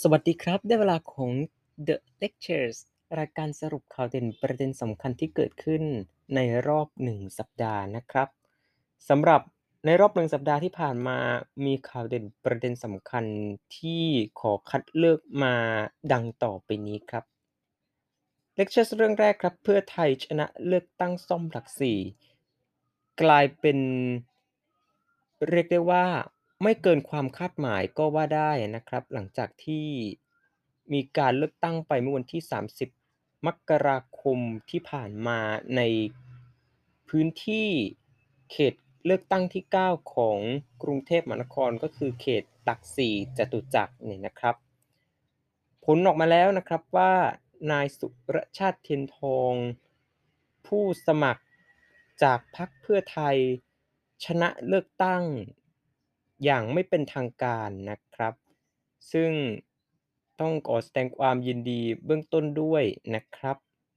สวัสดีครับได้เวลาของ The Lectures รายการสรุปข่าวเด่นประเด็นสำคัญที่เกิดขึ้นในรอบ1สัปดาห์นะครับสำหรับในรอบ1สัปดาห์ที่ผ่านมามีข่าวเด่นประเด็นสำคัญที่ขอคัดเลือกมาดังต่อไปนี้ครับ Lectures เรื่องแรกครับเพื่อไทยชนะเลือกตั้งซ่อมหลักสี่กลายเป็นเรียกได้ว่าไม่เกินความคาดหมายก็ว่าได้นะครับหลังจากที่มีการเลือกตั้งไปเมื่อวันที่30มกราคมที่ผ่านมาในพื้นที่เขตเลือกตั้งที่9ของกรุงเทพมหานครก็คือเขตหลัก4จตุจักรเนี่ยนะครับ ผลออกมาแล้วนะครับว่านายสุรชาติเทียนทองผู้สมัครจากพรรคเพื่อไทยชนะเลือกตั้งอย่างไม่เป็นทางการนะครับซึ่งต้องขอแสดงความยินดีเบื้องต้นด้วยนะครับ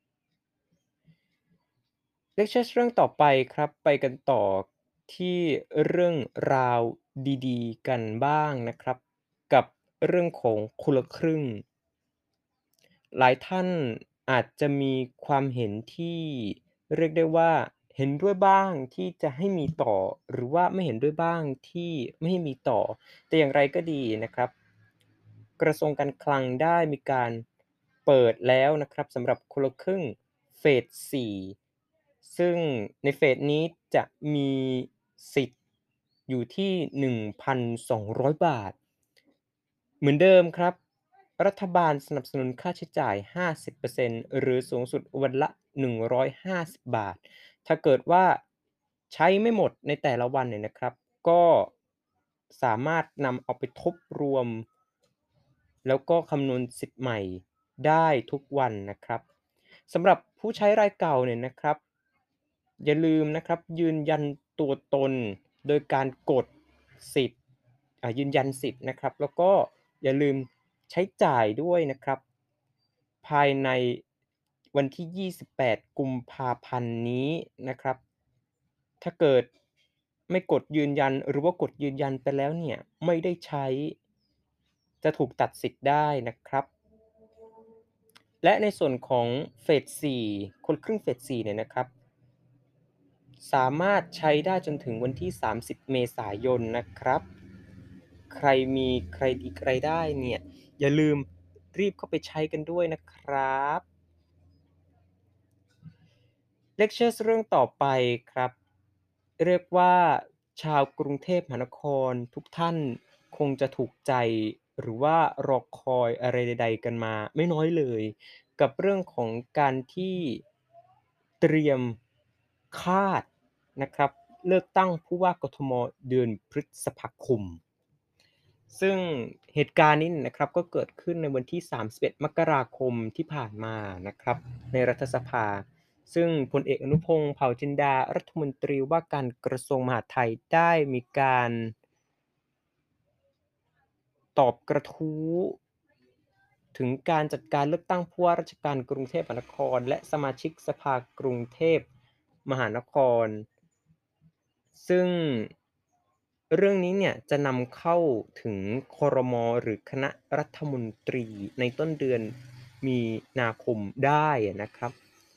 Lecture เรื่องต่อไปครับไปกันต่อที่เรื่องราวดีๆกันบ้างนะครับกับเรื่องของคนละครึ่ง หลายท่านอาจจะมีความเห็นที่เรียกได้ว่าเห็นด้วยบ้างที่จะให้มีต่อหรือว่าไม่เห็นด้วยบ้างที่ไม่ให้มีต่อแต่อย่างไรก็ดีนะครับกระทรวงการคลังได้มีการเปิดแล้วนะครับสำหรับคนละครึ่งเฟส4ซึ่งในเฟสนี้จะมีสิทธิ์อยู่ที่1,200บาท เหมือนเดิมครับ รัฐบาลสนับสนุนค่าใช้จ่าย 50%หรือสูงสุดวันละ 150 บาท ถ้าเกิดว่าใช้ไม่หมดในแต่ละวันเนี่ยนะครับ ก็สามารถนำเอาไปทบรวม แล้วก็คำนวณสิทธิ์ใหม่ได้ทุกวันนะครับ สำหรับผู้ใช้รายเก่าเนี่ยนะครับอย่าลืมนะครับยืนยันตัวตนโดยการกดสิทธิ์ยืนยันสิทธิ์นะครับแล้วก็อย่าลืมใช้จ่ายด้วยนะครับภายในวันที่28กุมภาพันธ์นี้นะครับถ้าเกิดไม่กดยืนยันหรือว่ากดยืนยันไปแล้วเนี่ยไม่ได้ใช้จะถูกตัดสิทธิ์ได้นะครับ และในส่วนของเฟส4คนครึ่งเฟส4เนี่ยนะครับสามารถใช้ได้จนถึงวันที่30เมษายนนะครับใครมีใครดีใครได้เนี่ยอย่าลืมรีบเข้าไปใช้กันด้วยนะครับ Lectures เรื่องต่อไปครับเรียกว่าชาวกรุงเทพมหานครทุกท่านคงจะถูกใจหรือว่ารอคอยอะไรใดๆกันมาไม่น้อยเลยกับเรื่องของการที่เตรียมคาดนะครับเลือกตั้งผู้ว่ากทมเดือนพฤษภาคม ซึ่งเหตุการณ์นี้นะครับก็เกิดขึ้นในวันที่31มกราคมที่ผ่านมานะครับในรัฐสภาซึ่งพลเอกอนุพงษ์เผ่าจินดารัฐมนตรีว่าการกระทรวงมหาดไทยได้มีการตอบกระทู้ถึงการจัดการเลือกตั้งผู้ว่าราชการกรุงเทพมหานครและสมาชิกสภากรุงเทพมหานครซึ่ง เรื่องนี้เนี่ยจะนำเข้าถึงครมหรือคณะรัฐมนตรีในต้นเดือนมีนาคมได้อะนะครับ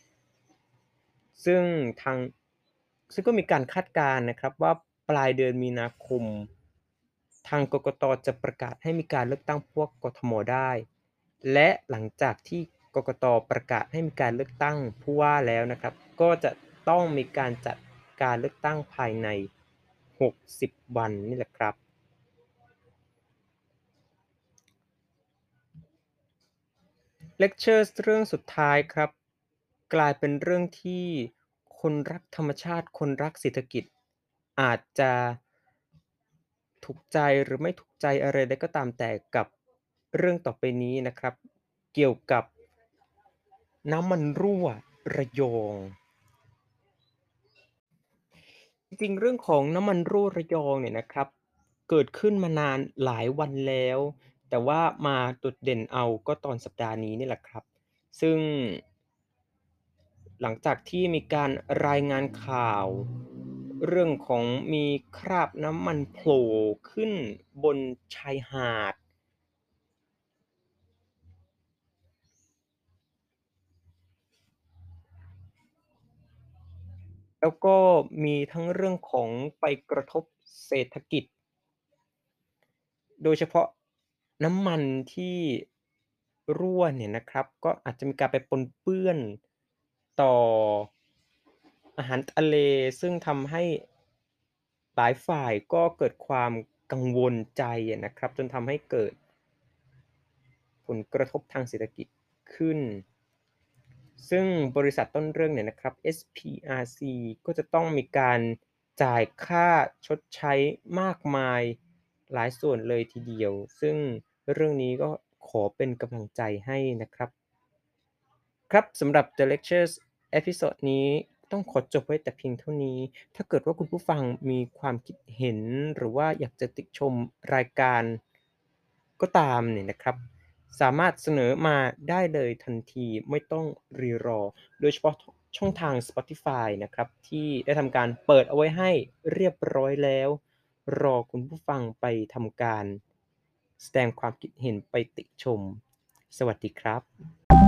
ซึ่งทางซึ่งก็มีการคาดการณ์นะครับว่าปลายเดือนมีนาคมทางกกตจะประกาศให้มีการเลือกตั้งพวกกทมได้และหลังจากที่กกตประกาศให้มีการเลือกตั้งผู้ว่าแล้วนะครับก็จะต้องมีการจัดการเลือกตั้งภายใน60วันนี่แหละครับ Lectures เรื่องสุดท้ายครับกลายเป็นเรื่องที่คนรักธรรมชาติคนรักเศรษฐกิจอาจจะถูกใจหรือไม่ถูกใจอะไรใดก็ตามแต่กับเรื่องต่อไปนี้นะครับเกี่ยวกับน้ำมันรั่วระยองจริงๆเรื่องของน้ำมันรั่วระยองเนี่ยนะครับเกิดขึ้นมานานหลายวันแล้วแต่ว่ามาโดดเด่นเอาก็ตอนสัปดาห์นี้นี่แหละครับซึ่ง หลังจากที่มีการรายงานข่าวเรื่องของมีคราบน้ำมันโผล่ขึ้นบนชายหาดแล้วก็มีทั้งเรื่องของไปกระทบเศรษฐกิจโดยเฉพาะน้ำมันที่รั่วเนี่ยนะครับก็อาจจะมีการไปปนเปื้อนต่ออาหารทะเลซึ่งทำให้หลายฝ่ายก็เกิดความกังวลใจอะนะครับจนทำให้เกิดผลกระทบทางเศรษฐกิจขึ้น ซึ่งบริษัทต้นเรื่องเนี่ยนะครับ SPRC ก็จะต้องมีการจ่ายค่าชดใช้มากมายหลายส่วนเลยทีเดียว ซึ่งเรื่องนี้ก็ขอเป็นกำลังใจให้นะครับครับสำหรับ The Lectures เอพิโซดนี้ต้องขอจบไว้แต่เพียงเท่านี้ ถ้าเกิดว่าคุณผู้ฟังมีความคิดเห็นหรือว่าอยากจะติชมรายการก็ตามเนี่ยนะครับสามารถเสนอมาได้เลยทันทีไม่ต้องรอโดยเฉพาะช่องทาง Spotify นะครับที่ได้ทำการเปิดเอาไว้ให้เรียบร้อยแล้วรอคุณผู้ฟังไปทำการแสดงความคิดเห็นไปติชมสวัสดีครับ